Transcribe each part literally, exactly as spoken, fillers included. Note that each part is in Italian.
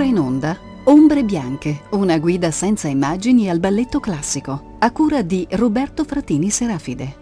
ora in onda Ombre Bianche, una guida senza immagini al balletto classico, a cura di Roberto Frattini Serafide.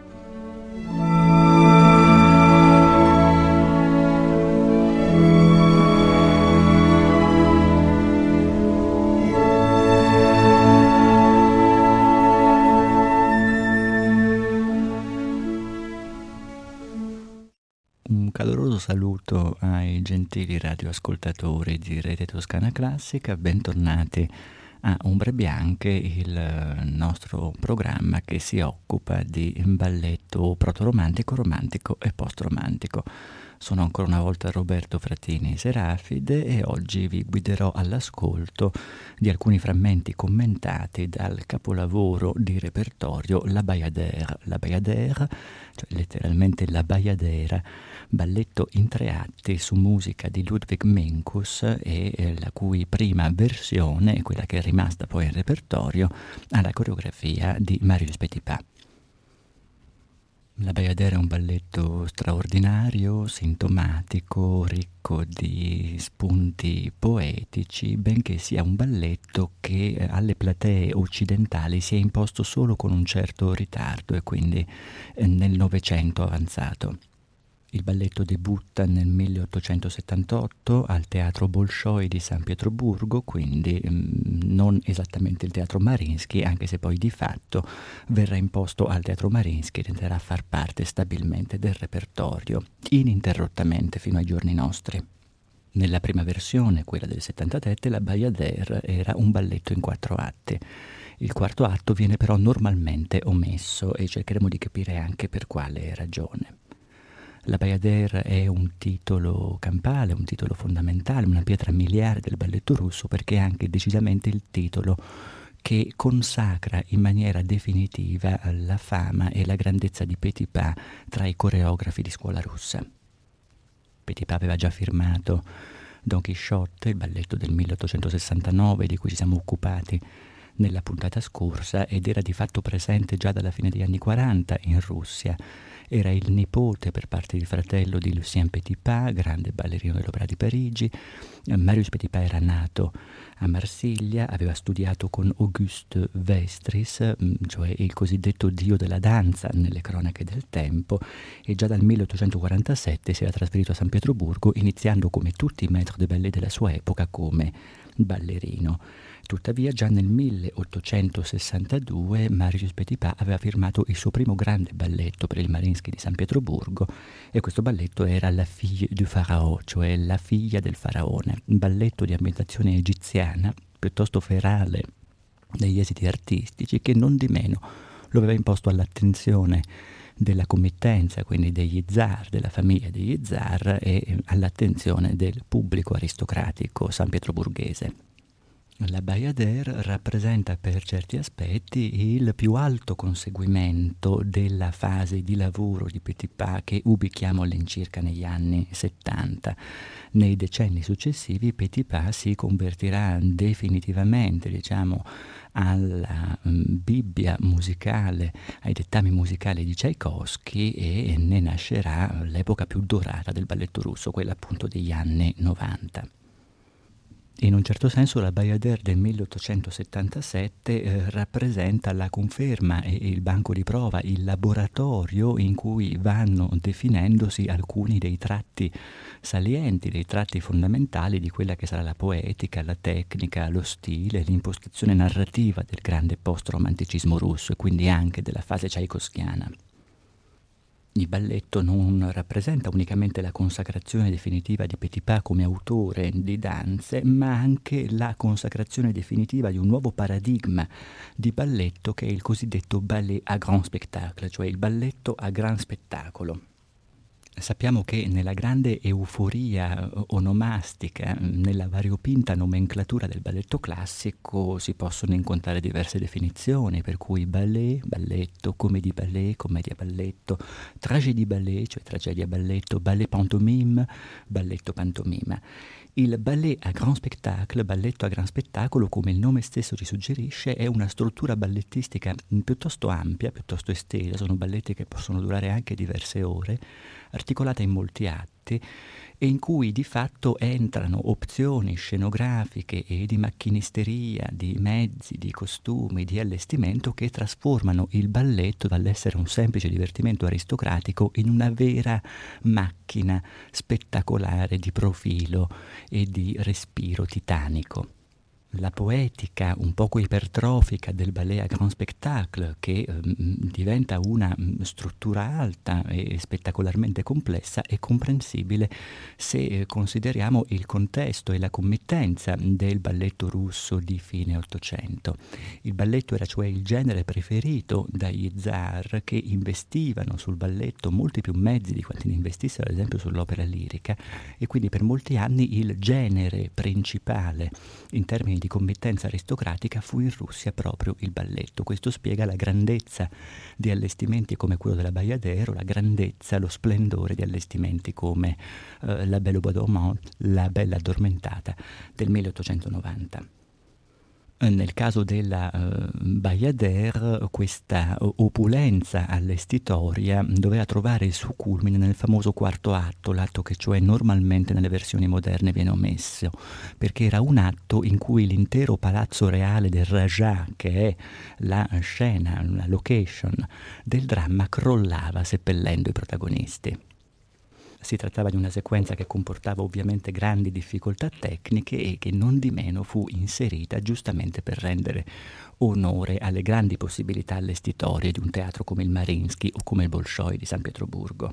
Un caloroso saluto ai gentili radioascoltatori di Rete Toscana Classica, bentornati a Ombre Bianche, il nostro programma che si occupa di balletto protoromantico, romantico e post-romantico. Sono ancora una volta Roberto Frattini Serafide e oggi vi guiderò all'ascolto di alcuni frammenti commentati dal capolavoro di repertorio La Bayadère. La Bayadère, cioè letteralmente La Bayadera, balletto in tre atti su musica di Ludwig Minkus e eh, la cui prima versione, quella che è rimasta poi in repertorio, ha la coreografia di Marius Petipa. La Bayadère è un balletto straordinario, sintomatico, ricco di spunti poetici, benché sia un balletto che alle platee occidentali si è imposto solo con un certo ritardo e quindi nel Novecento avanzato. Il balletto debutta nel milleottocentosettantotto al Teatro Bolshoi di San Pietroburgo, quindi mh, non esattamente il Teatro Mariinsky, anche se poi di fatto verrà imposto al Teatro Mariinsky e tenterà a far parte stabilmente del repertorio, ininterrottamente fino ai giorni nostri. Nella prima versione, quella del settantasette, la Bayadère era un balletto in quattro atti. Il quarto atto viene però normalmente omesso e cercheremo di capire anche per quale ragione. La Bayadère è un titolo campale, un titolo fondamentale, una pietra miliare del balletto russo, perché è anche decisamente il titolo che consacra in maniera definitiva la fama e la grandezza di Petipa tra i coreografi di scuola russa. Petipa aveva già firmato Don Chisciotte, il balletto del milleottocentosessantanove di cui ci siamo occupati nella puntata scorsa, ed era di fatto presente già dalla fine degli anni quaranta in Russia. Era il nipote per parte di fratello di Lucien Petipa, grande ballerino dell'Opera di Parigi. Marius Petipa era nato a Marsiglia, aveva studiato con Auguste Vestris, cioè il cosiddetto dio della danza nelle cronache del tempo, e già dal milleottocentoquarantasette si era trasferito a San Pietroburgo, iniziando come tutti i maîtres de ballet della sua epoca come ballerino. Tuttavia già nel milleottocentosessantadue Marius Petipa aveva firmato il suo primo grande balletto per il Mariinsky di San Pietroburgo, e questo balletto era La fille du pharaon, cioè la figlia del faraone, un balletto di ambientazione egiziana piuttosto ferale negli esiti artistici, che non di meno lo aveva imposto all'attenzione della committenza, quindi degli zar, della famiglia degli zar, e all'attenzione del pubblico aristocratico san pietroburghese. La Bayadère rappresenta per certi aspetti il più alto conseguimento della fase di lavoro di Petipa che ubichiamo all'incirca negli anni settanta. Nei decenni successivi Petipa si convertirà definitivamente, diciamo, alla Bibbia musicale, ai dettami musicali di Tchaikovsky, e ne nascerà l'epoca più dorata del balletto russo, quella appunto degli anni novanta. In un certo senso la Bayadère del milleottocentosettantasette eh, rappresenta la conferma e il banco di prova, il laboratorio in cui vanno definendosi alcuni dei tratti salienti, dei tratti fondamentali di quella che sarà la poetica, la tecnica, lo stile, l'impostazione narrativa del grande post-romanticismo russo e quindi anche della fase tchaikovskiana. Il balletto non rappresenta unicamente la consacrazione definitiva di Petipa come autore di danze, ma anche la consacrazione definitiva di un nuovo paradigma di balletto che è il cosiddetto ballet à grand spectacle, cioè il balletto a gran spettacolo. Sappiamo che nella grande euforia onomastica, nella variopinta nomenclatura del balletto classico si possono incontrare diverse definizioni, per cui ballet, balletto, comédie ballet, commedia balletto, tragédie ballet, cioè tragedia balletto, ballet pantomime, balletto pantomima. Il ballet à grand spectacle, balletto a gran spettacolo, come il nome stesso ci suggerisce, è una struttura ballettistica piuttosto ampia, piuttosto estesa, sono balletti che possono durare anche diverse ore, articolata in molti atti, elementi e in cui di fatto entrano opzioni scenografiche e di macchinisteria, di mezzi, di costumi, di allestimento che trasformano il balletto dall'essere un semplice divertimento aristocratico in una vera macchina spettacolare di profilo e di respiro titanico. La poetica un poco ipertrofica del ballet à grand spectacle, che eh, diventa una struttura alta e spettacolarmente complessa, è comprensibile se eh, consideriamo il contesto e la committenza del balletto russo di fine Ottocento. Il balletto era cioè il genere preferito dagli zar, che investivano sul balletto molti più mezzi di quanti ne investissero ad esempio sull'opera lirica, e quindi per molti anni il genere principale in termini di committenza aristocratica fu in Russia proprio il balletto. Questo spiega la grandezza di allestimenti come quello della Bayadère, o la grandezza, lo splendore di allestimenti come eh, la Belle au bois dormant, la Bella addormentata del milleottocentonovanta. Nel caso della uh, Bayadère, questa opulenza allestitoria doveva trovare il suo culmine nel famoso quarto atto, l'atto che cioè normalmente nelle versioni moderne viene omesso, perché era un atto in cui l'intero palazzo reale del Raja, che è la scena, la location del dramma, crollava seppellendo i protagonisti. Si trattava di una sequenza che comportava ovviamente grandi difficoltà tecniche e che non di meno fu inserita giustamente per rendere onore alle grandi possibilità allestitorie di un teatro come il Mariinsky o come il Bolshoi di San Pietroburgo.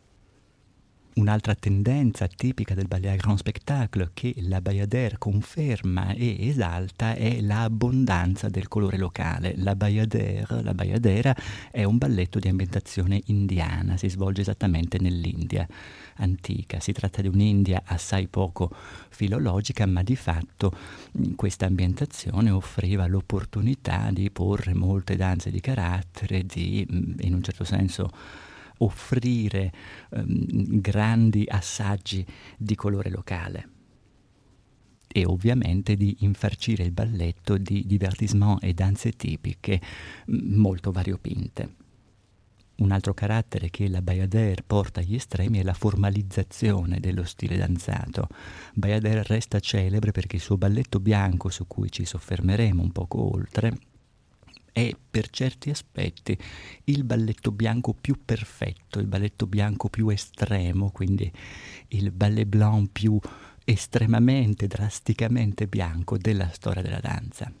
Un'altra tendenza tipica del ballet à grand spectacle che la Bayadère conferma e esalta è l'abbondanza del colore locale. La Bayadère, la Bayadera è un balletto di ambientazione indiana, si svolge esattamente nell'India antica. Si tratta di un'India assai poco filologica, ma di fatto questa ambientazione offriva l'opportunità di porre molte danze di carattere, di in un certo senso offrire um, grandi assaggi di colore locale e ovviamente di infarcire il balletto di divertissement e danze tipiche m- molto variopinte. Un altro carattere che la Bayadère porta agli estremi è la formalizzazione dello stile danzato. Bayadère resta celebre perché il suo balletto bianco, su cui ci soffermeremo un poco oltre, è per certi aspetti il balletto bianco più perfetto, il balletto bianco più estremo, quindi il ballet blanc più estremamente, drasticamente bianco della storia della danza.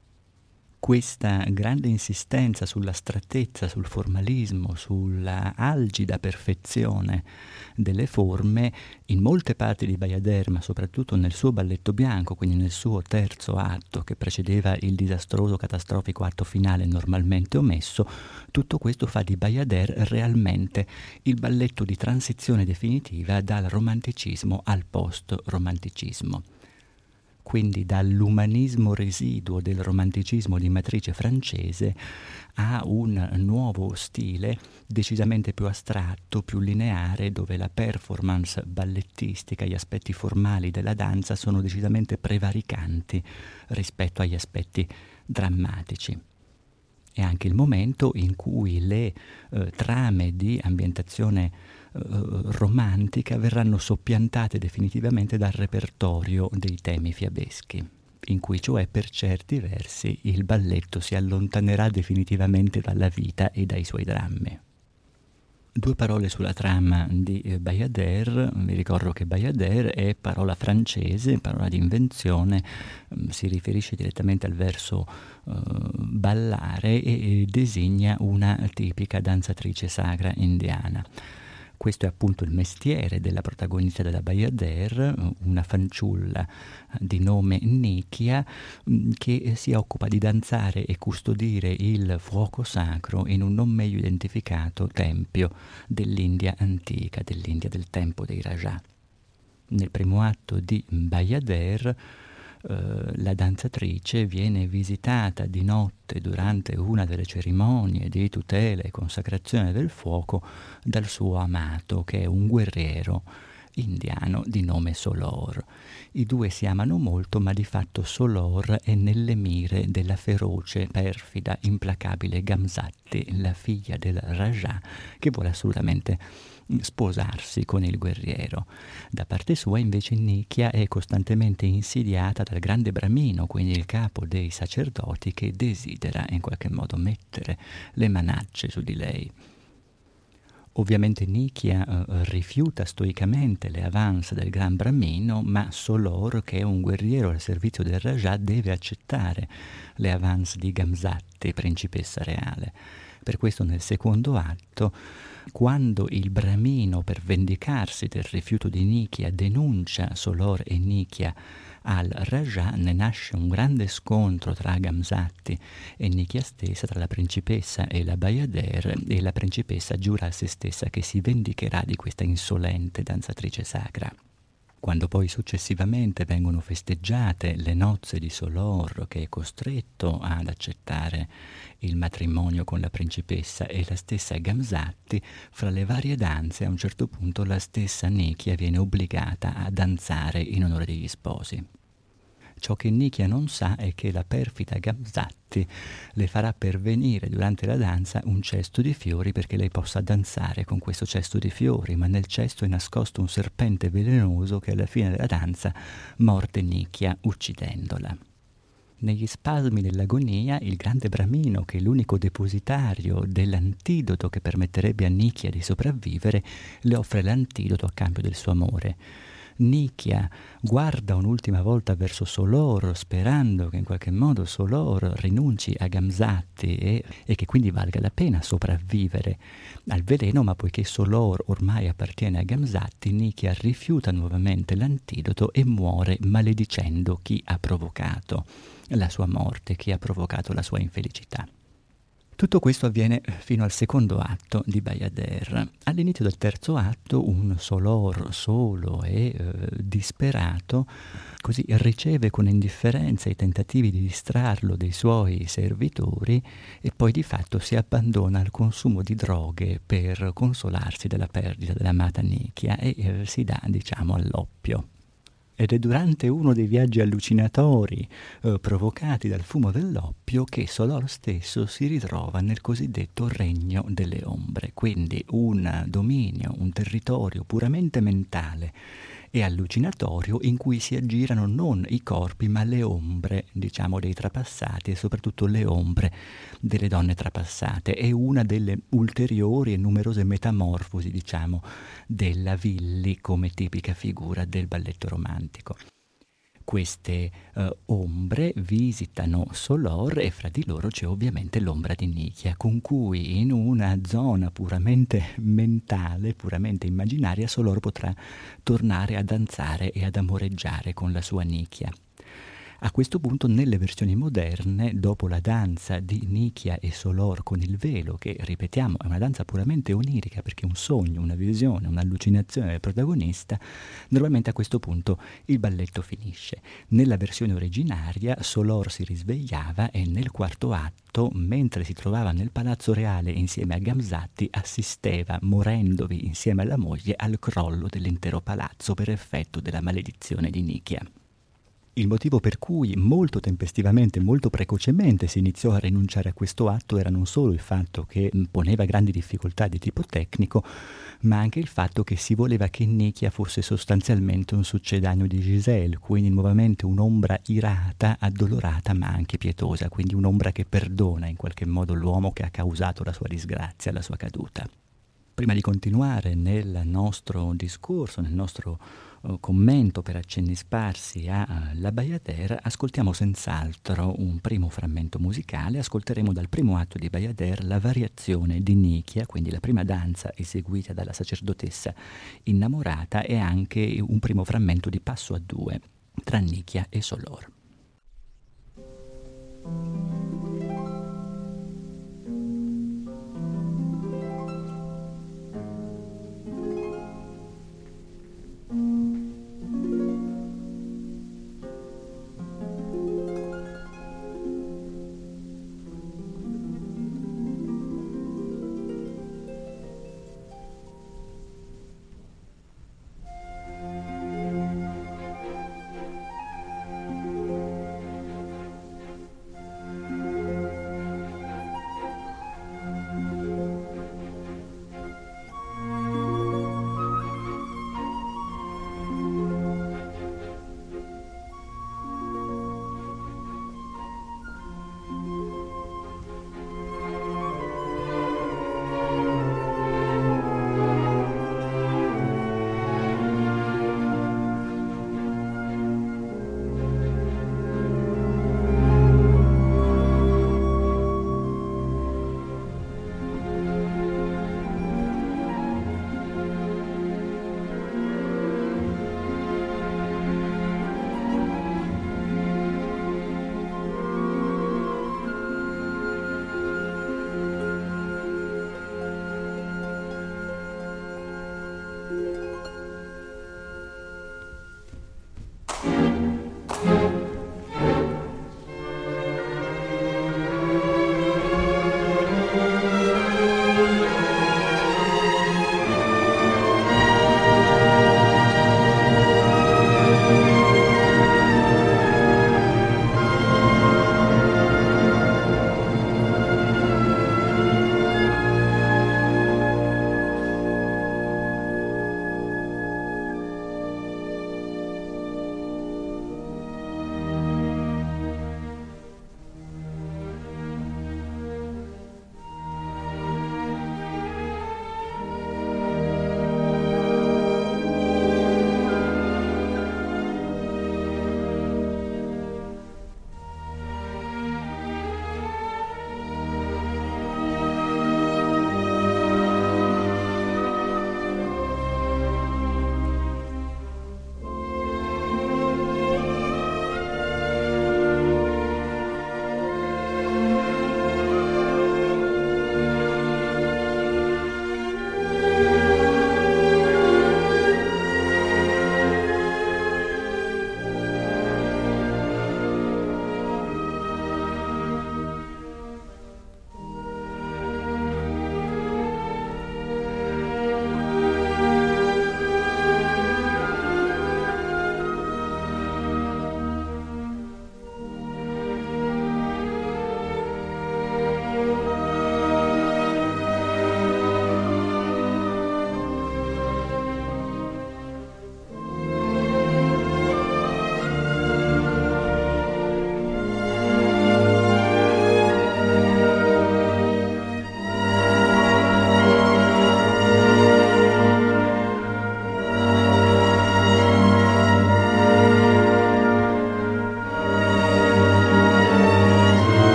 Questa grande insistenza sull'astrattezza, sul formalismo, sulla algida perfezione delle forme in molte parti di Bayadère, ma soprattutto nel suo balletto bianco, quindi nel suo terzo atto che precedeva il disastroso, catastrofico atto finale normalmente omesso, tutto questo fa di Bayadère realmente il balletto di transizione definitiva dal romanticismo al post-romanticismo. Quindi dall'umanismo residuo del romanticismo di matrice francese a un nuovo stile decisamente più astratto, più lineare, dove la performance ballettistica, gli aspetti formali della danza sono decisamente prevaricanti rispetto agli aspetti drammatici. È anche il momento in cui le eh, trame di ambientazione eh, romantica verranno soppiantate definitivamente dal repertorio dei temi fiabeschi, in cui cioè per certi versi il balletto si allontanerà definitivamente dalla vita e dai suoi drammi. Due parole sulla trama di eh, Bayadère. Vi ricordo che Bayadère è parola francese, parola di invenzione, mh, si riferisce direttamente al verso uh, ballare e, e designa una tipica danzatrice sacra indiana. Questo è appunto il mestiere della protagonista della Bayadère, una fanciulla di nome Nikia, che si occupa di danzare e custodire il fuoco sacro in un non meglio identificato tempio dell'India antica, dell'India del tempo dei Raja. Nel primo atto di Bayadère Uh, la danzatrice viene visitata di notte durante una delle cerimonie di tutela e consacrazione del fuoco dal suo amato, che è un guerriero indiano di nome Solor. I due si amano molto, ma di fatto Solor è nelle mire della feroce, perfida, implacabile Gamzatti, la figlia del Raja, che vuole assolutamente sposarsi con il guerriero. Da parte sua invece Nikia è costantemente insidiata dal grande Bramino, quindi il capo dei sacerdoti, che desidera in qualche modo mettere le manacce su di lei. Ovviamente Nikia eh, rifiuta stoicamente le avance del gran Bramino, ma Solor, che è un guerriero al servizio del Raja, deve accettare le avance di Gamzatti, principessa reale. Per questo nel secondo atto, quando il Bramino, per vendicarsi del rifiuto di Nikia, denuncia Solor e Nikia al Raja, ne nasce un grande scontro tra Gamzatti e Nikia stessa, tra la principessa e la Bayader, e la principessa giura a se stessa che si vendicherà di questa insolente danzatrice sacra. Quando poi successivamente vengono festeggiate le nozze di Solor, che è costretto ad accettare il matrimonio con la principessa, e la stessa Gamzatti, fra le varie danze a un certo punto la stessa Nikia viene obbligata a danzare in onore degli sposi. Ciò che Nikia non sa è che la perfida Gamzatti le farà pervenire durante la danza un cesto di fiori perché lei possa danzare con questo cesto di fiori, ma nel cesto è nascosto un serpente velenoso che alla fine della danza morde Nikia uccidendola. Negli spasmi dell'agonia, il grande Bramino, che è l'unico depositario dell'antidoto che permetterebbe a Nikia di sopravvivere, le offre l'antidoto a cambio del suo amore. Nikia guarda un'ultima volta verso Solor, sperando che in qualche modo Solor rinunci a Gamzatti e, e che quindi valga la pena sopravvivere al veleno, ma poiché Solor ormai appartiene a Gamzatti, Nikia rifiuta nuovamente l'antidoto e muore maledicendo chi ha provocato la sua morte, chi ha provocato la sua infelicità. Tutto questo avviene fino al secondo atto di Bayader. All'inizio del terzo atto un Solor solo e eh, disperato così riceve con indifferenza i tentativi di distrarlo dei suoi servitori e poi di fatto si abbandona al consumo di droghe per consolarsi della perdita dell'amata Nikia e eh, si dà, diciamo, all'oppio. Ed è durante uno dei viaggi allucinatori eh, provocati dal fumo dell'oppio che Solor stesso si ritrova nel cosiddetto regno delle ombre, quindi un dominio, un territorio puramente mentale e allucinatorio in cui si aggirano non i corpi ma le ombre, diciamo, dei trapassati e soprattutto le ombre delle donne trapassate. È una delle ulteriori e numerose metamorfosi, diciamo, della Villi come tipica figura del balletto romantico. Queste uh, ombre visitano Solor e fra di loro c'è ovviamente l'ombra di Nikia, con cui in una zona puramente mentale, puramente immaginaria, Solor potrà tornare a danzare e ad amoreggiare con la sua Nikia. A questo punto, nelle versioni moderne, dopo la danza di Nikia e Solor con il velo, che ripetiamo è una danza puramente onirica perché è un sogno, una visione, un'allucinazione del protagonista, normalmente a questo punto il balletto finisce. Nella versione originaria Solor si risvegliava e nel quarto atto, mentre si trovava nel palazzo reale insieme a Gamzatti, assisteva, morendovi insieme alla moglie, al crollo dell'intero palazzo per effetto della maledizione di Nikia. Il motivo per cui molto tempestivamente, molto precocemente si iniziò a rinunciare a questo atto era non solo il fatto che poneva grandi difficoltà di tipo tecnico, ma anche il fatto che si voleva che Nikia fosse sostanzialmente un succedaneo di Giselle, quindi nuovamente un'ombra irata, addolorata, ma anche pietosa, quindi un'ombra che perdona in qualche modo l'uomo che ha causato la sua disgrazia, la sua caduta. Prima di continuare nel nostro discorso, nel nostro uh, commento per accenni sparsi alla Bayader, ascoltiamo senz'altro un primo frammento musicale. Ascolteremo dal primo atto di Bayader la variazione di Nikia, quindi la prima danza eseguita dalla sacerdotessa innamorata, e anche un primo frammento di passo a due tra Nikia e Solor.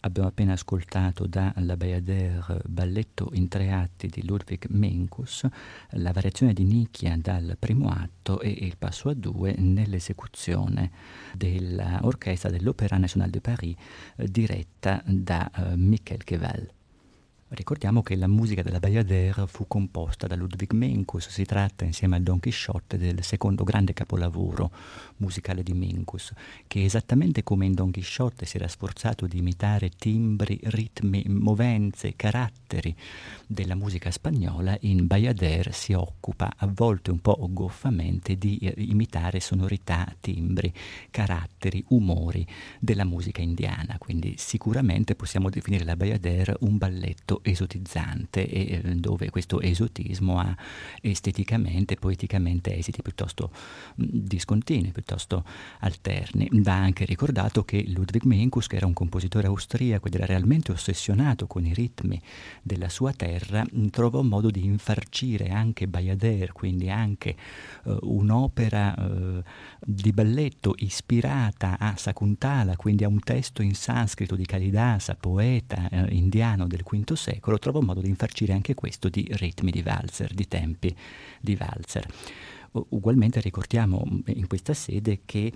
Abbiamo appena ascoltato dalla Bayadère balletto in tre atti di Ludwig Menckus, la variazione di nicchia dal primo atto e il passo a due nell'esecuzione dell'orchestra dell'Opéra National de Paris eh, diretta da eh, Michel Queval. Ricordiamo che la musica della Bayadère fu composta da Ludwig Menckus. Si tratta, insieme al Don Chisciotte, del secondo grande capolavoro musicale di Menckus, che esattamente come in Don Chisciotte si era sforzato di imitare timbri, ritmi, movenze, caratteri della musica spagnola, in Bayadère si occupa, a volte un po' goffamente, di imitare sonorità, timbri, caratteri, umori della musica indiana. Quindi sicuramente possiamo definire la Bayadère un balletto esotizzante, e dove questo esotismo ha esteticamente, poeticamente esiti piuttosto discontinui, piuttosto alterni. Va anche ricordato che Ludwig Menckus, che era un compositore austriaco ed era realmente ossessionato con i ritmi della sua terra, trovò modo di infarcire anche Bayadère, quindi anche uh, un'opera uh, di balletto ispirata a Sakuntala, quindi a un testo in sanscrito di Kalidasa, poeta uh, indiano del quinto secolo, trovò modo di infarcire anche questo di ritmi di valzer, di tempi di valzer. Ugualmente ricordiamo in questa sede che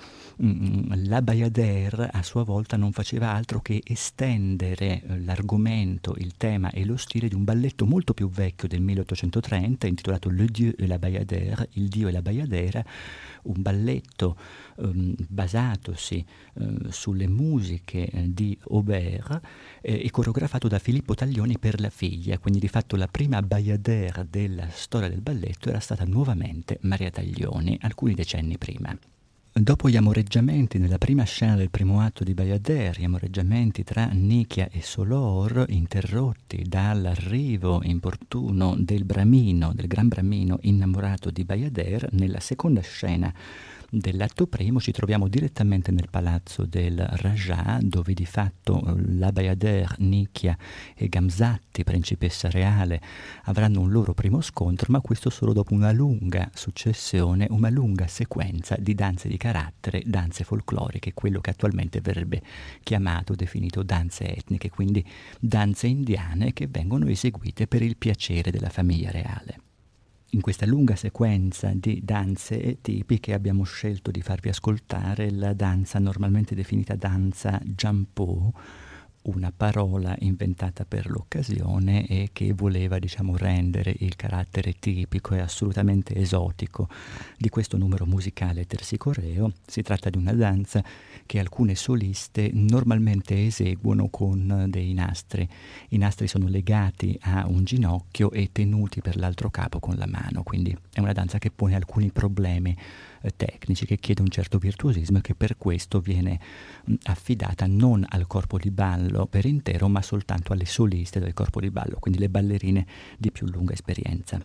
mh, la Bayadère a sua volta non faceva altro che estendere eh, l'argomento, il tema e lo stile di un balletto molto più vecchio del milleottocentotrenta intitolato Le Dieu et la Bayadère, il Dio e la Bayadera, un balletto um, basatosi uh, sulle musiche eh, di Aubert eh, e coreografato da Filippo Taglioni per la figlia, quindi di fatto la prima Bayadère della storia del balletto era stata nuovamente Maria Taglioni, alcuni decenni prima. Dopo gli amoreggiamenti nella prima scena del primo atto di Bayadère, gli amoreggiamenti tra Nichia e Solor, interrotti dall'arrivo importuno del bramino, del gran bramino innamorato di Bayadère, nella seconda scena dell'atto primo ci troviamo direttamente nel palazzo del Raja, dove di fatto la Bayadère, Nichia e Gamzatti, principessa reale, avranno un loro primo scontro, ma questo solo dopo una lunga successione, una lunga sequenza di danze di carattere, danze folcloriche, quello che attualmente verrebbe chiamato, definito danze etniche, quindi danze indiane che vengono eseguite per il piacere della famiglia reale. In questa lunga sequenza di danze tipiche abbiamo scelto di farvi ascoltare la danza normalmente definita danza Jianpo, una parola inventata per l'occasione e che voleva, diciamo, rendere il carattere tipico e assolutamente esotico di questo numero musicale tersicoreo. Si tratta di una danza che alcune soliste normalmente eseguono con dei nastri. I nastri sono legati a un ginocchio e tenuti per l'altro capo con la mano, quindi è una danza che pone alcuni problemi eh, tecnici, che chiede un certo virtuosismo e che per questo viene mh, affidata non al corpo di ballo per intero, ma soltanto alle soliste del corpo di ballo, quindi le ballerine di più lunga esperienza.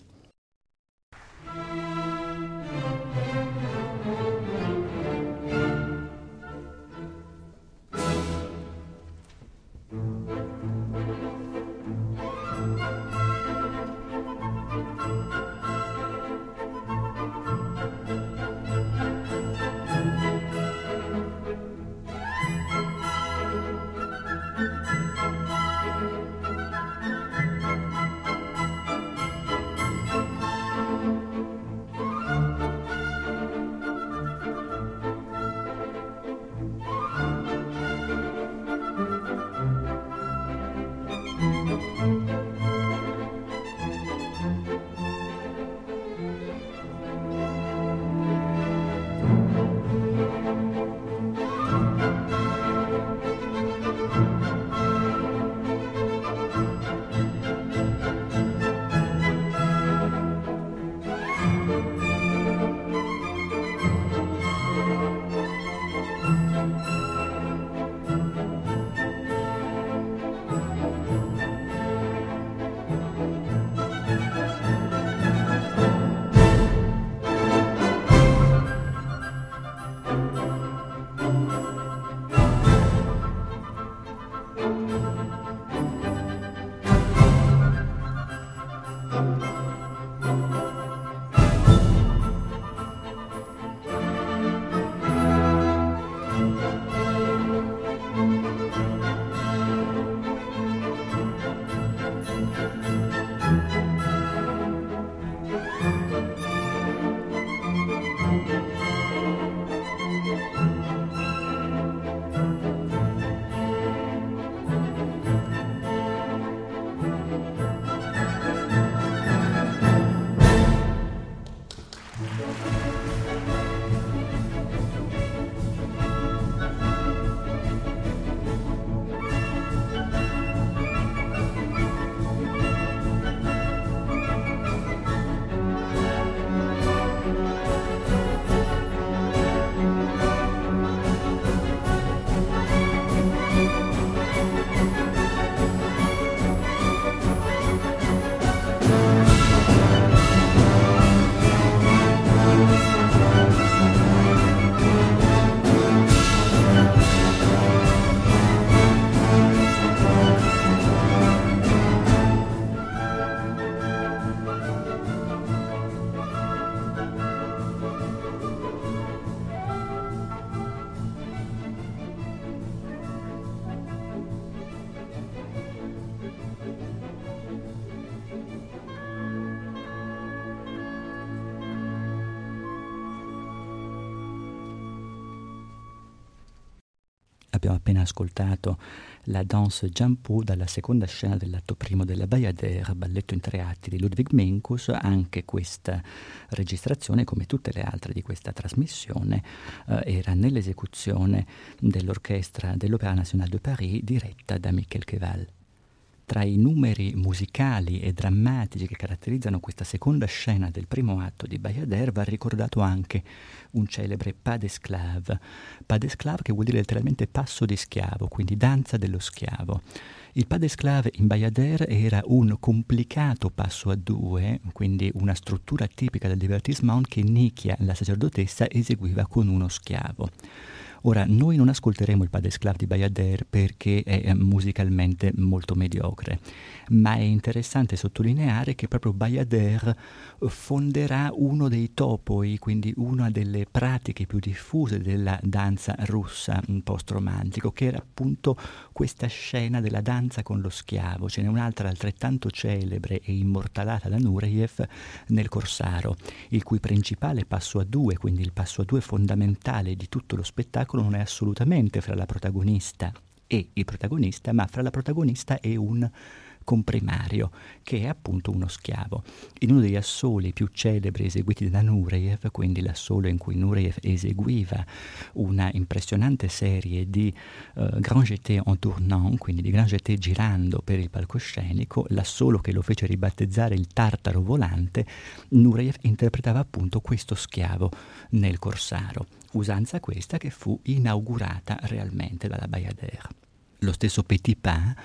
Abbiamo appena ascoltato la danse Jianpu dalla seconda scena dell'atto primo della Bayadère, balletto in tre atti di Ludwig Minkus. Anche questa registrazione, come tutte le altre di questa trasmissione, eh, era nell'esecuzione dell'orchestra dell'Opéra National de Paris diretta da Michel Queval. Tra i numeri musicali e drammatici che caratterizzano questa seconda scena del primo atto di Bayadère va ricordato anche un celebre pas d'esclave. Pas d'esclave che vuol dire letteralmente passo di schiavo, quindi danza dello schiavo. Il pas d'esclave in Bayadère era un complicato passo a due, quindi una struttura tipica del divertissement che Nikia, la sacerdotessa, eseguiva con uno schiavo. Ora, noi non ascolteremo il pas d'esclave di Bayadère perché è musicalmente molto mediocre, ma è interessante sottolineare che proprio Bayadère fonderà uno dei topoi, quindi una delle pratiche più diffuse della danza russa post-romantico, che era appunto questa scena della danza con lo schiavo. Ce n'è un'altra altrettanto celebre e immortalata da Nureyev nel Corsaro, il cui principale passo a due, quindi il passo a due fondamentale di tutto lo spettacolo, non è assolutamente fra la protagonista e il protagonista, ma fra la protagonista e un comprimario, che è appunto uno schiavo. In uno degli assoli più celebri eseguiti da Nureyev, quindi l'assolo in cui Nureyev eseguiva una impressionante serie di uh, grand jeté en tournant, quindi di grand jeté girando per il palcoscenico, l'assolo che lo fece ribattezzare il tartaro volante, Nureyev interpretava appunto questo schiavo nel Corsaro, usanza questa che fu inaugurata realmente dalla Bayadère. Lo stesso Petipa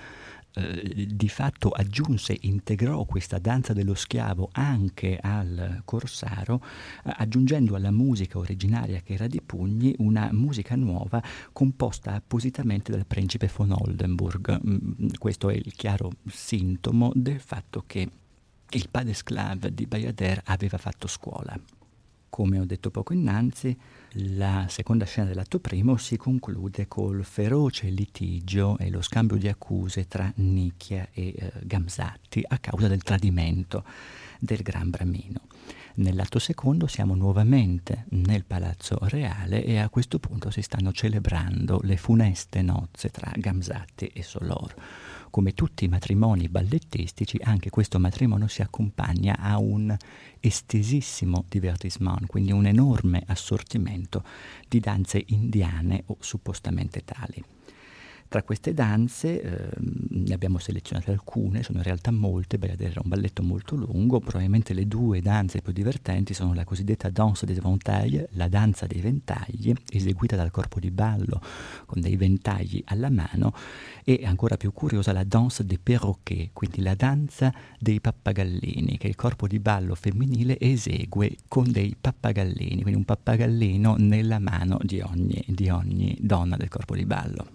Eh, di fatto aggiunse, integrò questa danza dello schiavo anche al Corsaro, eh, aggiungendo alla musica originaria, che era di Pugni, una musica nuova composta appositamente dal principe von Oldenburg. Mm, questo è il chiaro sintomo del fatto che il pas d'esclave di Bayadère aveva fatto scuola. Come ho detto poco innanzi, la seconda scena dell'atto primo si conclude col feroce litigio e lo scambio di accuse tra Nikia e eh, Gamzatti a causa del tradimento del Gran Bramino. Nell'atto secondo siamo nuovamente nel Palazzo Reale e a questo punto si stanno celebrando le funeste nozze tra Gamzatti e Solor. Come tutti i matrimoni ballettistici, anche questo matrimonio si accompagna a un estesissimo divertissement, quindi un enorme assortimento di danze indiane o suppostamente tali. Tra queste danze eh, ne abbiamo selezionate alcune, sono in realtà molte. Bayadère era un balletto molto lungo, probabilmente le due danze più divertenti sono la cosiddetta danse des ventailles, la danza dei ventagli, eseguita dal corpo di ballo con dei ventagli alla mano, e ancora più curiosa la danse des perroquets, quindi la danza dei pappagallini, che il corpo di ballo femminile esegue con dei pappagallini, quindi un pappagallino nella mano di ogni, di ogni donna del corpo di ballo.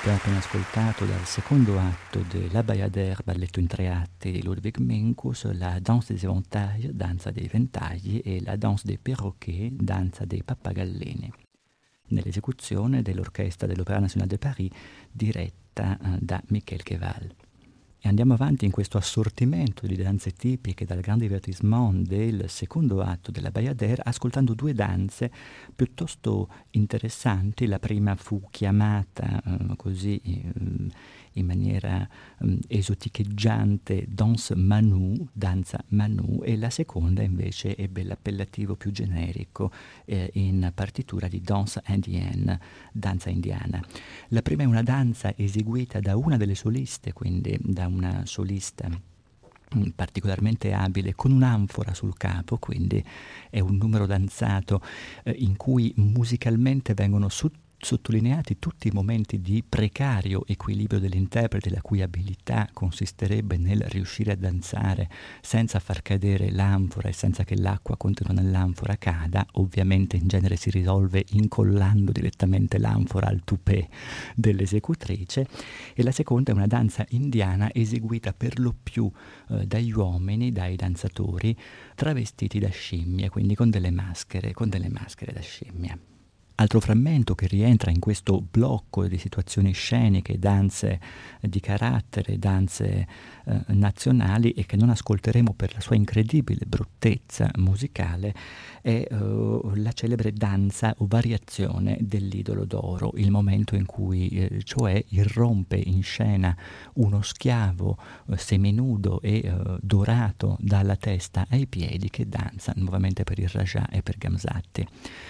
abbiamo appena ascoltato dal secondo atto de La Bayadère, balletto in tre atti di Ludwig Minkus, la Danse des Éventails, danza dei ventagli, e la Danse des Perroquets, danza dei pappagallini, nell'esecuzione dell'orchestra dell'Opéra National de Paris, diretta eh, da Michel Queval. E andiamo avanti in questo assortimento di danze tipiche dal Grand Divertissement del secondo atto della Bayadère, ascoltando due danze piuttosto interessanti. La prima fu chiamata eh, così eh, in maniera eh, esoticheggiante Danse Manu, danza Manu, e la seconda invece ebbe l'appellativo più generico eh, in partitura di Danse Indienne, danza indiana. La prima è una danza eseguita da una delle soliste, quindi da una solista particolarmente abile, con un'anfora sul capo, quindi è un numero danzato eh, in cui musicalmente vengono su- sottolineati tutti i momenti di precario equilibrio dell'interprete, la cui abilità consisterebbe nel riuscire a danzare senza far cadere l'anfora e senza che l'acqua contenuta nell'anfora cada. Ovviamente in genere si risolve incollando direttamente l'anfora al tupè dell'esecutrice. E la seconda è una danza indiana eseguita per lo più eh, dagli uomini, dai danzatori, travestiti da scimmie, quindi con delle maschere, con delle maschere da scimmia. Altro frammento che rientra in questo blocco di situazioni sceniche, danze di carattere, danze eh, nazionali, e che non ascolteremo per la sua incredibile bruttezza musicale, è uh, la celebre danza o variazione dell'idolo d'oro, il momento in cui eh, cioè irrompe in scena uno schiavo eh, seminudo e eh, dorato dalla testa ai piedi, che danza nuovamente per il Raja e per Gamzatti.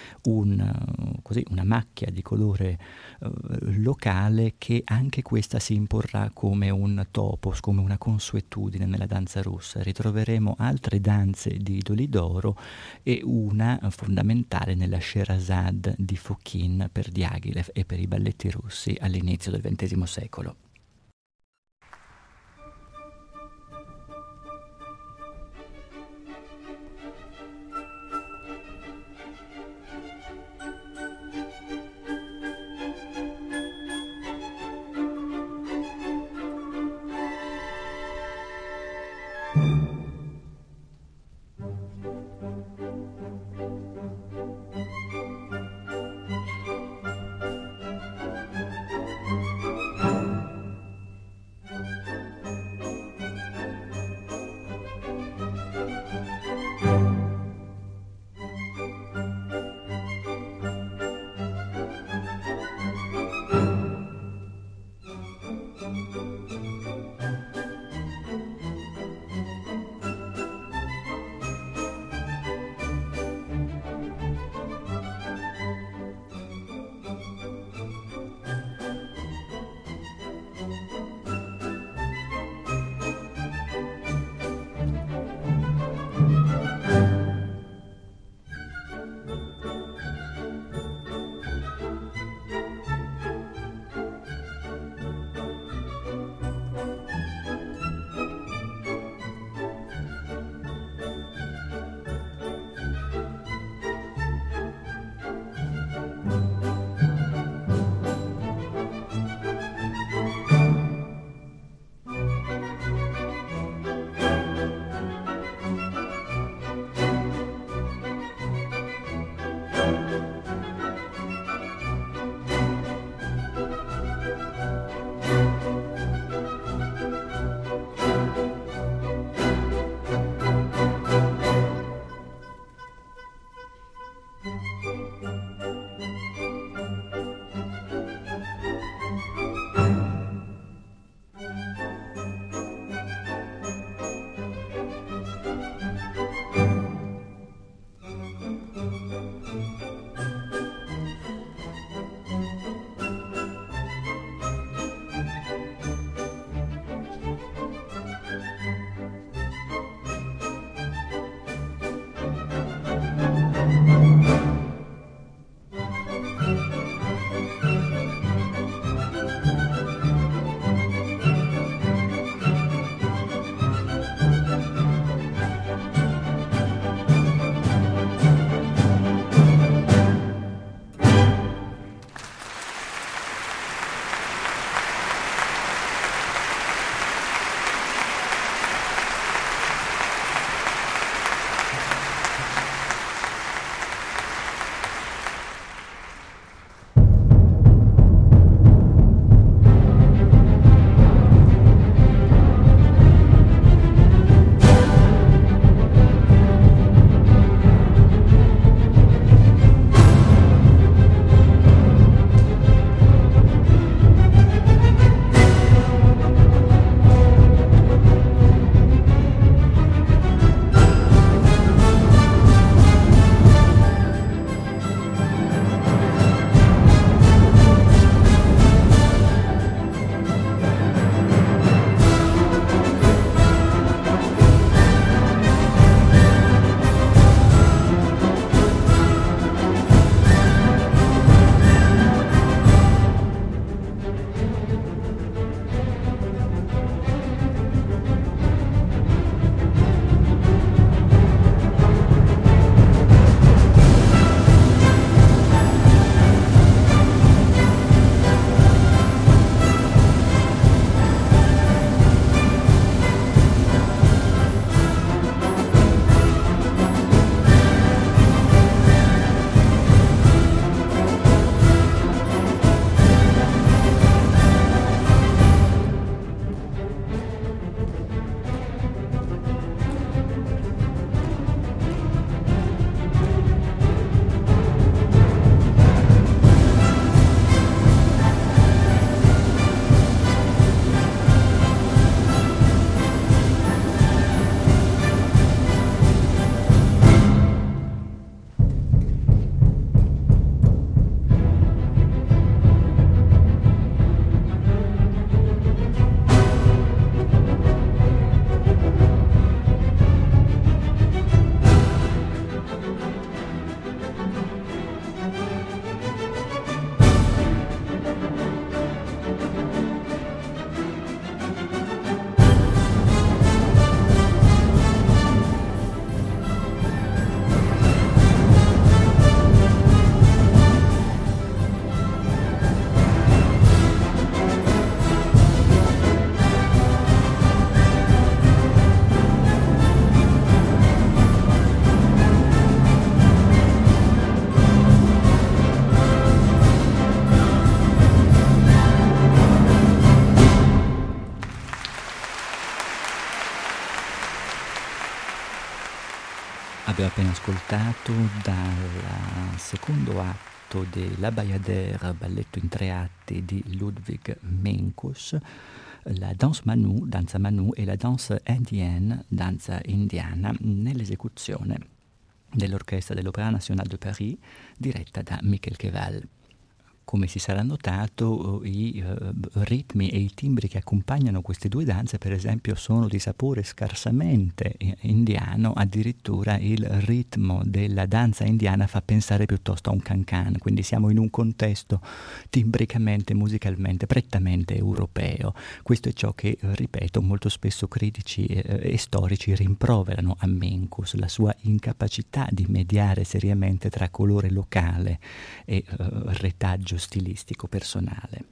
Un, così, una macchia di colore uh, locale, che anche questa si imporrà come un topos, come una consuetudine nella danza russa. Ritroveremo altre danze di idoli d'oro e una fondamentale nella Sherazade di Fokhin per Diaghilev e per i balletti russi all'inizio del ventesimo secolo. ascoltato dal secondo atto de La Bayadère, balletto in tre atti di Ludwig Menckus, la danse Manu, danza Manu, e la danse indienne, danza indiana, nell'esecuzione dell'orchestra dell'Opéra National de Paris, diretta da Michel Queval. Come si sarà notato, i uh, ritmi e i timbri che accompagnano queste due danze, per esempio, sono di sapore scarsamente indiano. Addirittura il ritmo della danza indiana fa pensare piuttosto a un cancan, quindi siamo in un contesto timbricamente, musicalmente, prettamente europeo. Questo è ciò che, ripeto, molto spesso critici e, e storici rimproverano a Menckus, la sua incapacità di mediare seriamente tra colore locale e uh, retaggio stilistico personale.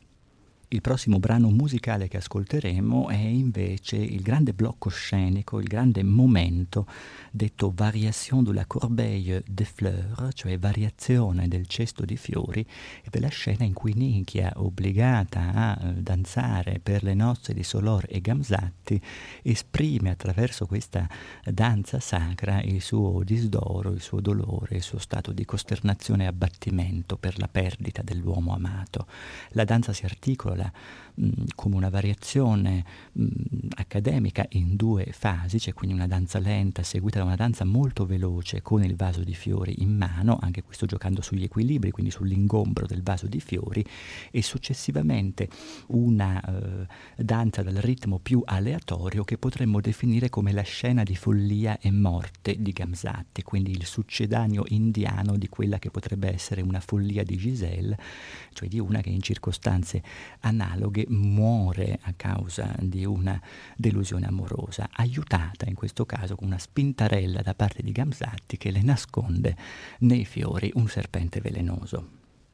Il prossimo brano musicale che ascolteremo è invece il grande blocco scenico, il grande momento detto Variation de la corbeille de fleurs, cioè variazione del cesto di fiori, ed è la scena in cui Nikia, obbligata a danzare per le nozze di Solor e Gamzatti, esprime attraverso questa danza sacra il suo disdoro, il suo dolore, il suo stato di costernazione e abbattimento per la perdita dell'uomo amato. La danza si articola mh, come una variazione mh, accademica in due fasi, c'è quindi una danza lenta seguita da una danza molto veloce con il vaso di fiori in mano, anche questo giocando sugli equilibri, quindi sull'ingombro del vaso di fiori, e successivamente una eh, danza dal ritmo più aleatorio che potremmo definire come la scena di follia e morte di Gamzatti, quindi il succedaneo indiano di quella che potrebbe essere una follia di Giselle, cioè di una che in circostanze analoghe muore a causa di una delusione amorosa, aiutata in questo caso con una spintarella da parte di Gamzatti che le nasconde nei fiori un serpente velenoso.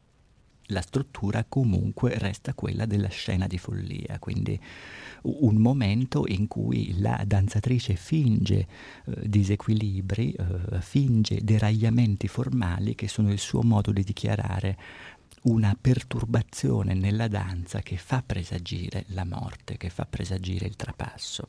La struttura comunque resta quella della scena di follia, quindi un momento in cui la danzatrice finge eh, disequilibri, eh, finge deragliamenti formali che sono il suo modo di dichiarare una perturbazione nella danza che fa presagire la morte, che fa presagire il trapasso.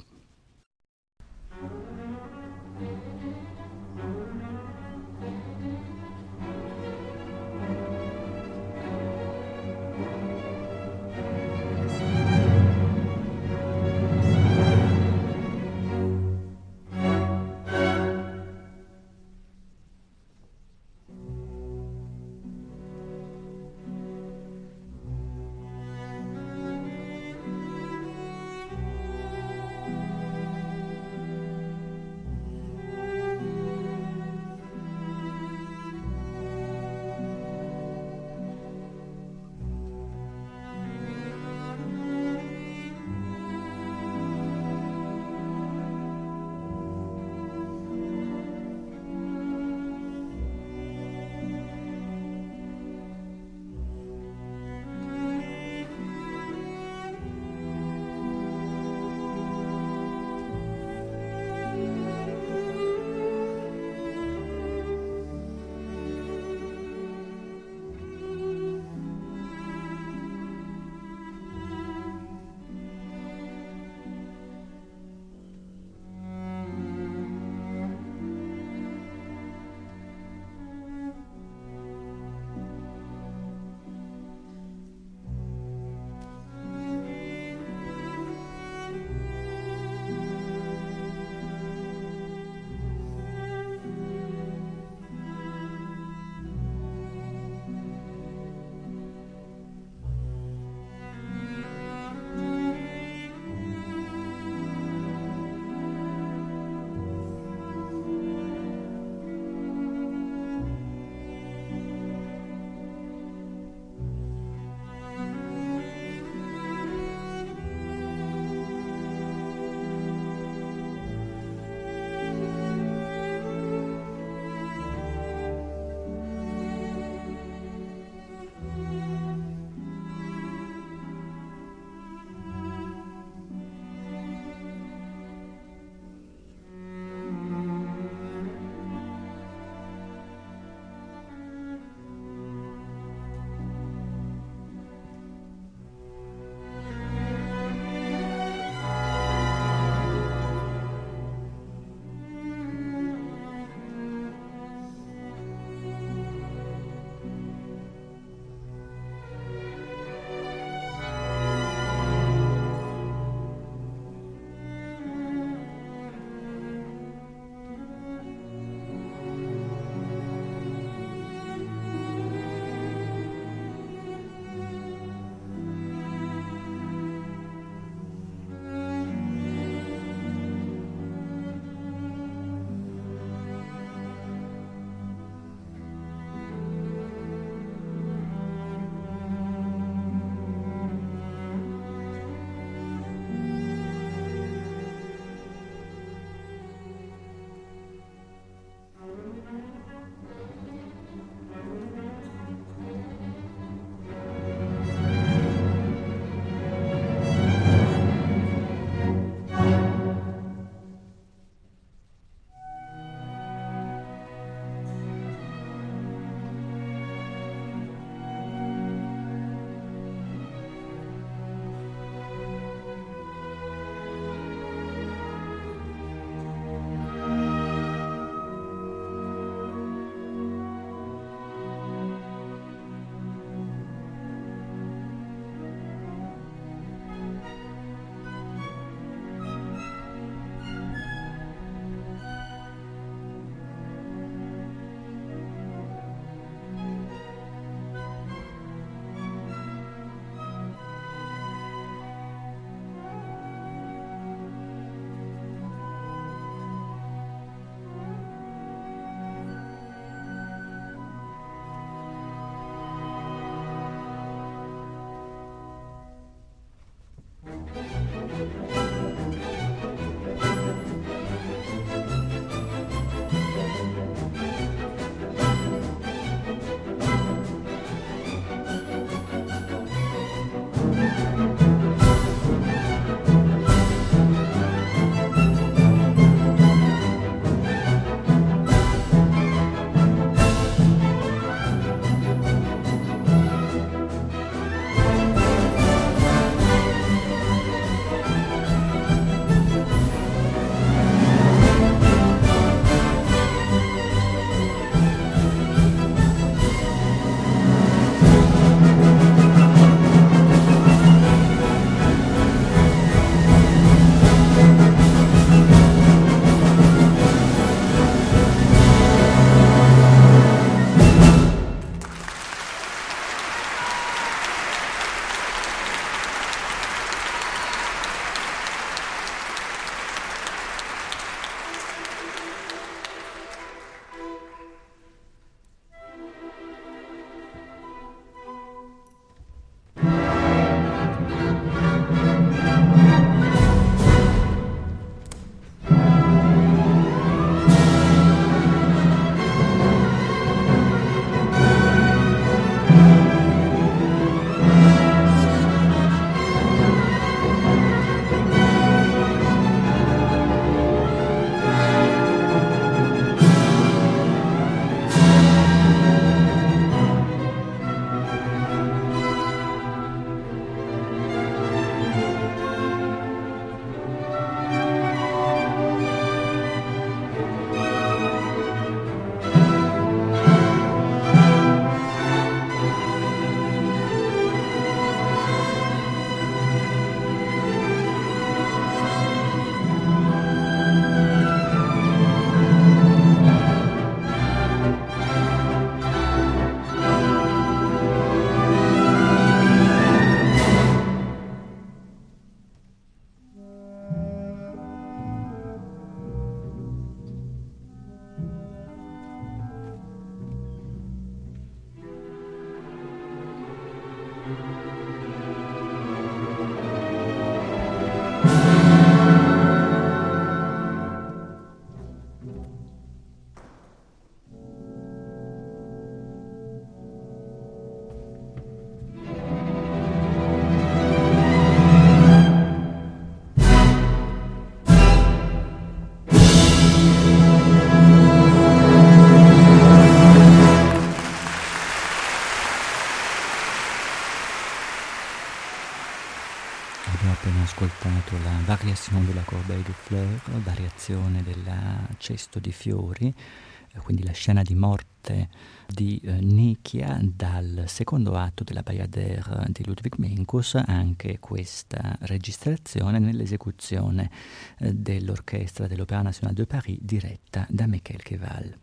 Ascoltato la Variation de la Corbeille de Fleurs, variazione del cesto di fiori, quindi la scena di morte di eh, Nikia dal secondo atto della Bayadère di Ludwig Minkus, anche questa registrazione nell'esecuzione eh, dell'orchestra dell'Opéra National de Paris diretta da Michael Cheval.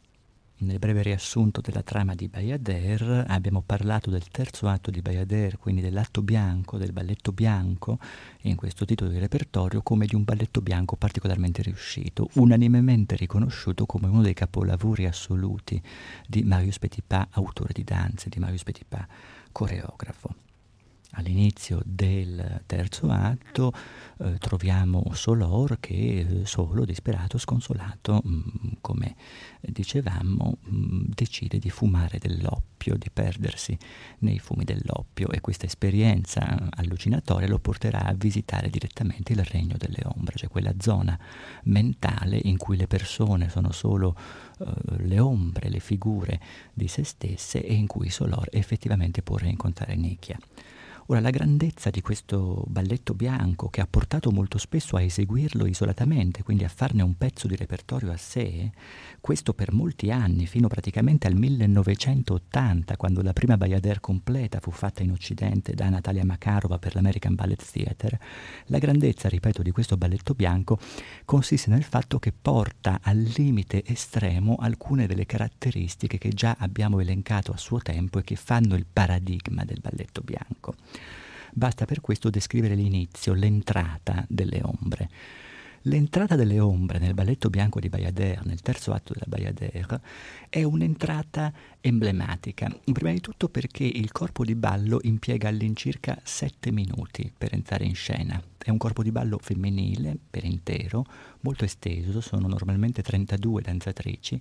Nel breve riassunto della trama di Bayadère abbiamo parlato del terzo atto di Bayadère, quindi dell'atto bianco, del balletto bianco, in questo titolo di repertorio, come di un balletto bianco particolarmente riuscito, unanimemente riconosciuto come uno dei capolavori assoluti di Marius Petipa, autore di danze, di Marius Petipa, coreografo. All'inizio del terzo atto eh, troviamo Solor che eh, solo, disperato, sconsolato, mh, come dicevamo, mh, decide di fumare dell'oppio, di perdersi nei fumi dell'oppio, e questa esperienza allucinatoria lo porterà a visitare direttamente il regno delle ombre, cioè quella zona mentale in cui le persone sono solo eh, le ombre, le figure di se stesse, e in cui Solor effettivamente può rincontrare Nikia. Ora, la grandezza di questo balletto bianco, che ha portato molto spesso a eseguirlo isolatamente, quindi a farne un pezzo di repertorio a sé, questo per molti anni, fino praticamente al millenovecentottanta, quando la prima Bayadère completa fu fatta in Occidente da Natalia Makarova per l'American Ballet Theatre, la grandezza, ripeto, di questo balletto bianco consiste nel fatto che porta al limite estremo alcune delle caratteristiche che già abbiamo elencato a suo tempo e che fanno il paradigma del balletto bianco. Basta per questo descrivere l'inizio, l'entrata delle ombre. L'entrata delle ombre nel balletto bianco di Bayadère, nel terzo atto della Bayadère, è un'entrata emblematica. Prima di tutto perché il corpo di ballo impiega all'incirca sette minuti per entrare in scena. È un corpo di ballo femminile, per intero, molto esteso, sono normalmente trentadue danzatrici,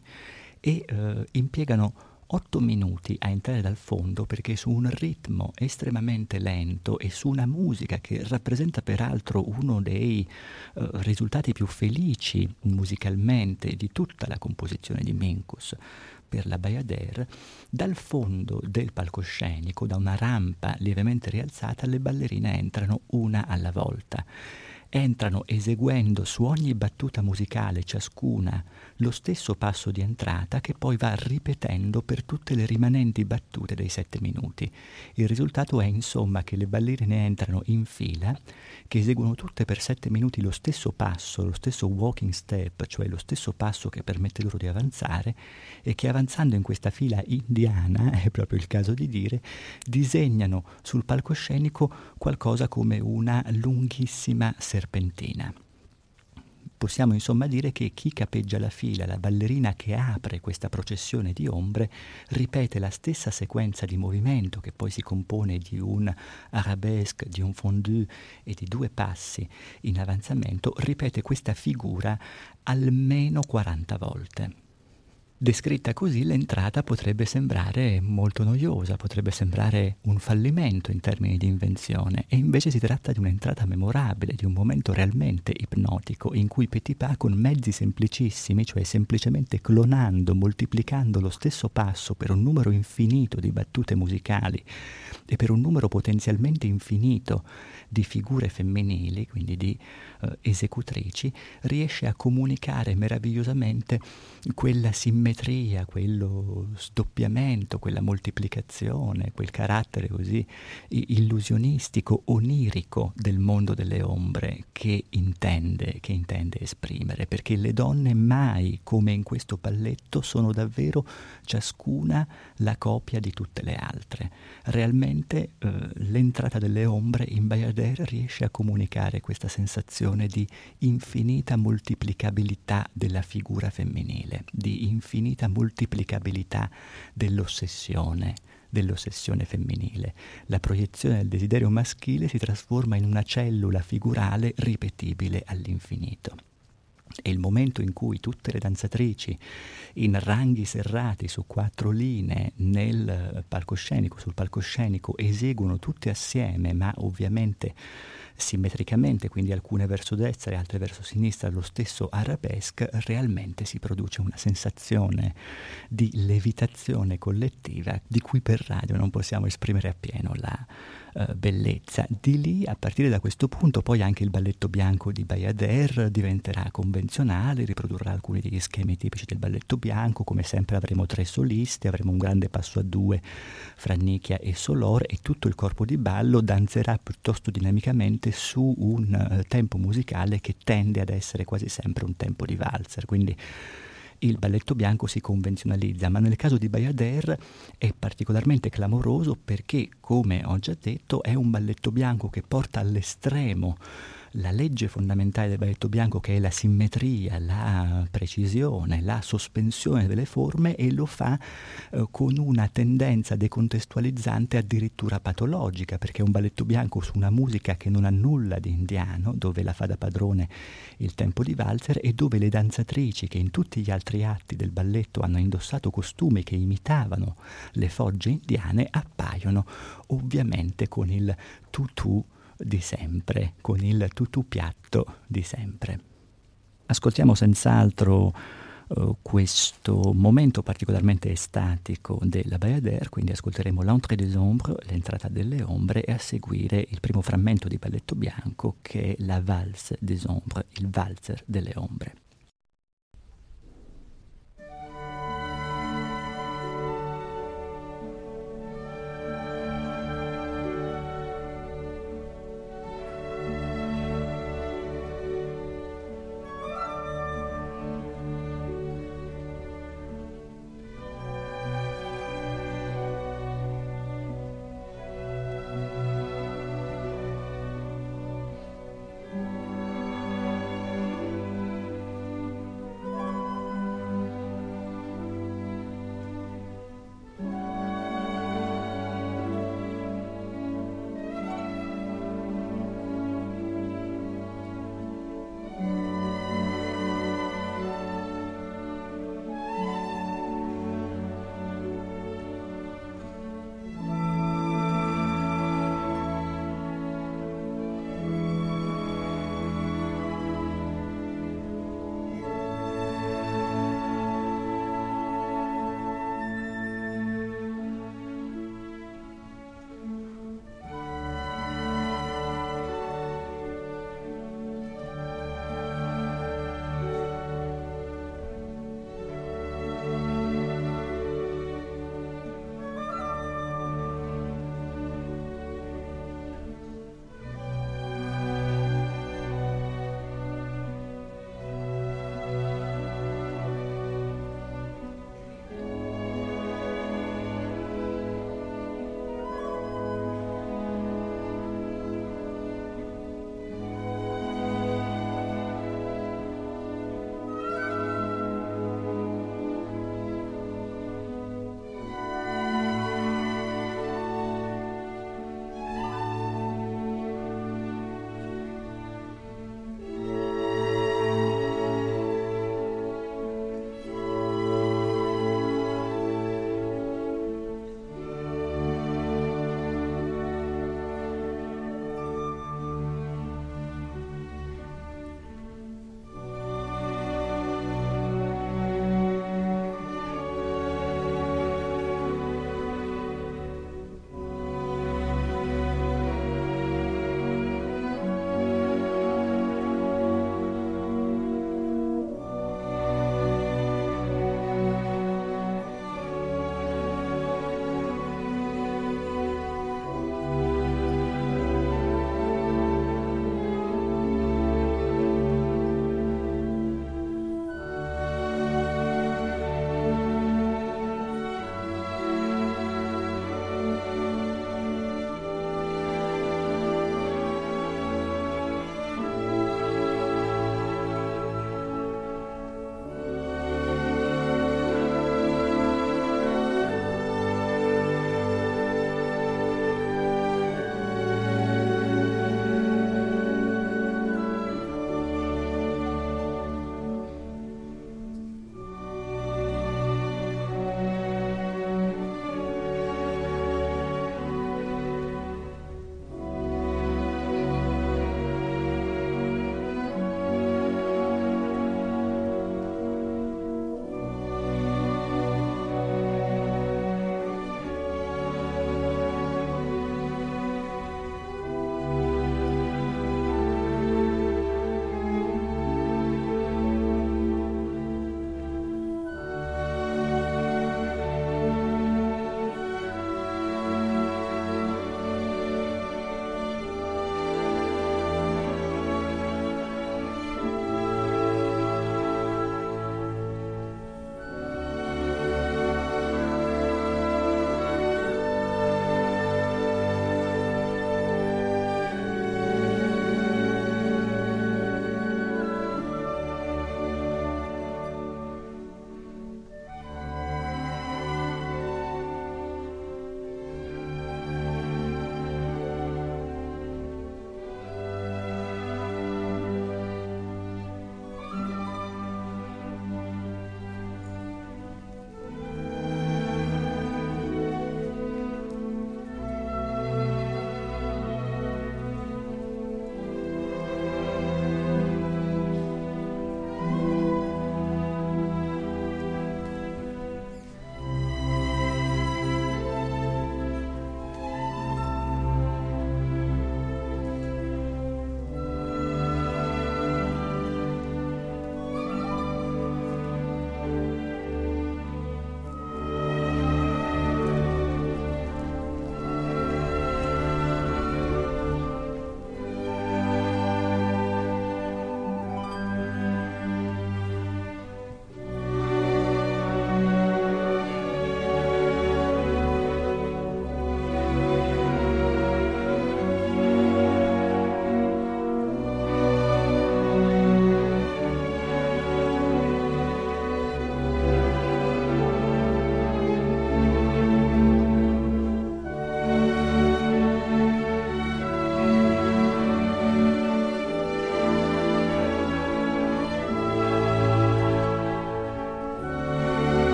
e eh, impiegano otto minuti a entrare dal fondo, perché su un ritmo estremamente lento e su una musica che rappresenta peraltro uno dei uh, risultati più felici musicalmente di tutta la composizione di Minkus per la Bayadère, dal fondo del palcoscenico, da una rampa lievemente rialzata, le ballerine entrano una alla volta. Entrano eseguendo su ogni battuta musicale, ciascuna, lo stesso passo di entrata, che poi va ripetendo per tutte le rimanenti battute dei sette minuti. Il risultato è insomma che le ballerine entrano in fila, che eseguono tutte per sette minuti lo stesso passo, lo stesso walking step, cioè lo stesso passo che permette loro di avanzare, e che avanzando in questa fila indiana, è proprio il caso di dire, disegnano sul palcoscenico qualcosa come una lunghissima serpentina. Possiamo insomma dire che chi capeggia la fila, la ballerina che apre questa processione di ombre, ripete la stessa sequenza di movimento, che poi si compone di un arabesque, di un fondu e di due passi in avanzamento, ripete questa figura almeno quaranta volte. Descritta così, l'entrata potrebbe sembrare molto noiosa, potrebbe sembrare un fallimento in termini di invenzione, e invece si tratta di un'entrata memorabile, di un momento realmente ipnotico, in cui Petipa, con mezzi semplicissimi, cioè semplicemente clonando, moltiplicando lo stesso passo per un numero infinito di battute musicali e per un numero potenzialmente infinito di figure femminili, quindi di eh, esecutrici, riesce a comunicare meravigliosamente quella simmetria, quello sdoppiamento, quella moltiplicazione, quel carattere così illusionistico, onirico del mondo delle ombre che intende, che intende esprimere, perché le donne mai, come in questo balletto, sono davvero ciascuna la copia di tutte le altre. Realmente eh, l'entrata delle ombre in Bayadère riesce a comunicare questa sensazione di infinita moltiplicabilità della figura femminile, di infinita moltiplicabilità dell'ossessione dell'ossessione femminile. La proiezione del desiderio maschile si trasforma in una cellula figurale ripetibile all'infinito. È il momento in cui tutte le danzatrici in ranghi serrati su quattro linee nel palcoscenico, sul palcoscenico, eseguono tutte assieme, ma ovviamente simmetricamente, quindi alcune verso destra e altre verso sinistra, lo stesso arabesque, realmente si produce una sensazione di levitazione collettiva di cui per radio non possiamo esprimere appieno la uh, bellezza. Di lì, a partire da questo punto, poi anche il balletto bianco di Bayader diventerà convenzionale, riprodurrà alcuni degli schemi tipici del balletto bianco. Come sempre avremo tre solisti, avremo un grande passo a due fra nicchia e solor, e tutto il corpo di ballo danzerà piuttosto dinamicamente su un uh, tempo musicale che tende ad essere quasi sempre un tempo di valzer. Quindi il balletto bianco si convenzionalizza, ma nel caso di Bayader è particolarmente clamoroso perché, come ho già detto, è un balletto bianco che porta all'estremo la legge fondamentale del balletto bianco, che è la simmetria, la precisione, la sospensione delle forme, e lo fa eh, con una tendenza decontestualizzante addirittura patologica, perché è un balletto bianco su una musica che non ha nulla di indiano, dove la fa da padrone il tempo di valzer, e dove le danzatrici, che in tutti gli altri atti del balletto hanno indossato costumi che imitavano le fogge indiane, appaiono ovviamente con il tutù di sempre, con il tutù piatto di sempre. Ascoltiamo senz'altro uh, questo momento particolarmente estatico della Bayader, quindi ascolteremo l'entrée des ombres, l'entrata delle ombre, e a seguire il primo frammento di balletto bianco, che è la valse des ombres, il valzer delle ombre.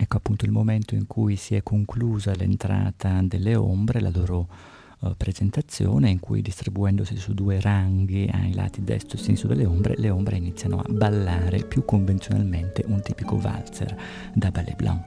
Ecco appunto il momento in cui si è conclusa l'entrata delle ombre, la loro uh, presentazione, in cui distribuendosi su due ranghi ai lati destro e sinistro delle ombre, le ombre iniziano a ballare più convenzionalmente un tipico valzer da ballet blanc.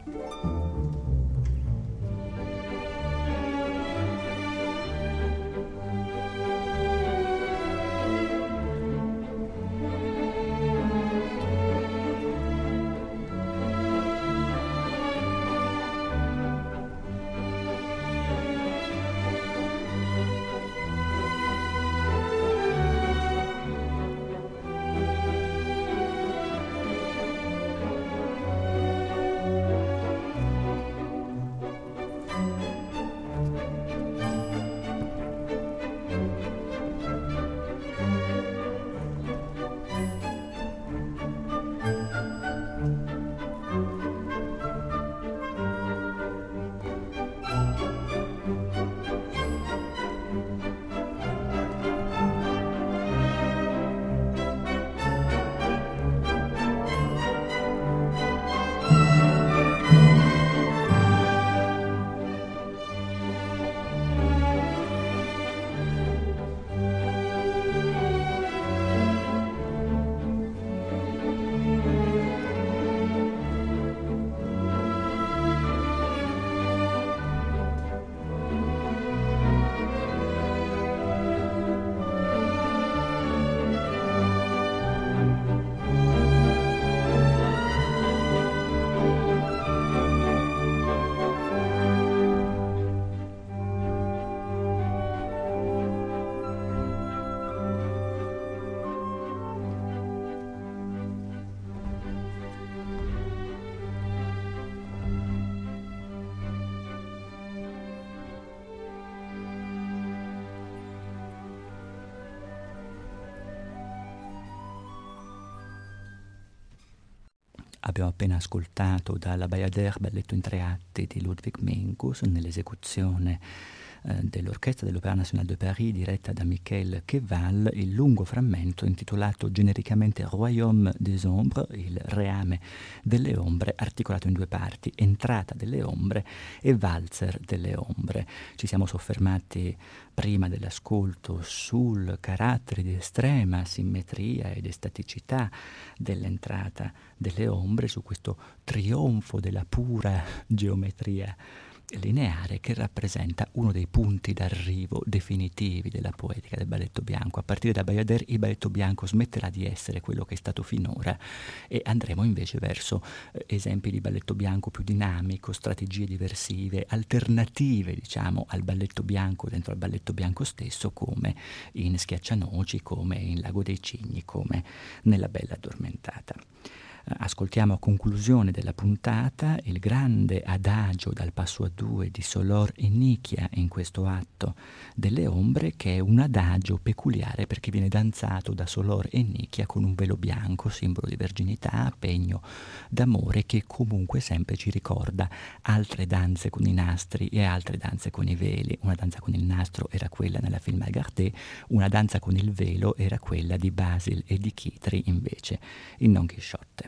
Abbiamo appena ascoltato dalla Bayadère, balletto in tre atti di Ludwig Minkus, nell'esecuzione eh, dell'Orchestra dell'Opéra National de Paris diretta da Michael Cheval, il lungo frammento intitolato genericamente Royaume des Ombres, il reame delle ombre, articolato in due parti, entrata delle ombre e valzer delle ombre. Ci siamo soffermati prima dell'ascolto sul carattere di estrema simmetria ed estaticità dell'entrata delle ombre, su questo trionfo della pura geometria lineare che rappresenta uno dei punti d'arrivo definitivi della poetica del balletto bianco. A partire da Bayadère il balletto bianco smetterà di essere quello che è stato finora e andremo invece verso eh, esempi di balletto bianco più dinamico, strategie diversive, alternative diciamo al balletto bianco dentro al balletto bianco stesso, come in Schiaccianoci, come in Lago dei Cigni, come nella Bella Addormentata. Ascoltiamo a conclusione della puntata il grande adagio dal passo a due di Solor e Nichia in questo atto delle ombre, che è un adagio peculiare perché viene danzato da Solor e Nichia con un velo bianco, simbolo di verginità, pegno d'amore, che comunque sempre ci ricorda altre danze con i nastri e altre danze con i veli. Una danza con il nastro era quella nella film Gardé, una danza con il velo era quella di Basil e di Chitri invece in Don Chisciotte.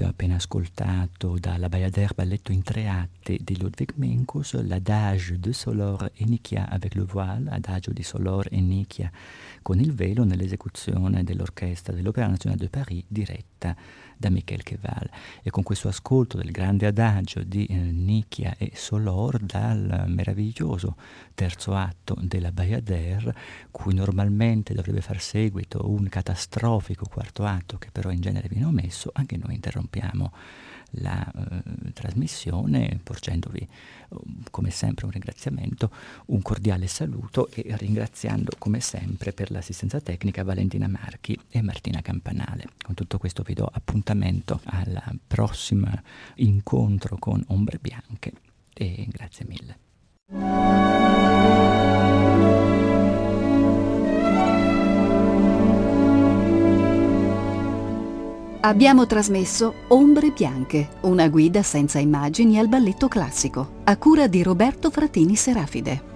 abbiamo appena ascoltato dalla Bayadère balletto in tre atti di Ludwig Minkus, l'Adagio de Solor e Nikia avec le voile, Adagio di Solor e Nikia con il velo, nell'esecuzione dell'orchestra dell'Opéra Nationale de Paris diretta da Michel Queval. E con questo ascolto del grande adagio di eh, Nikia e Solor dal meraviglioso terzo atto della Bayadère, cui normalmente dovrebbe far seguito un catastrofico quarto atto che però in genere viene omesso, anche noi interrompiamo la eh, trasmissione porgendovi come sempre un ringraziamento, un cordiale saluto e ringraziando come sempre per l'assistenza tecnica Valentina Marchi e Martina Campanale. Con tutto questo vi do appuntamento al prossimo incontro con Ombre Bianche e grazie mille. Abbiamo trasmesso Ombre Bianche, una guida senza immagini al balletto classico, a cura di Roberto Fratini Serafide.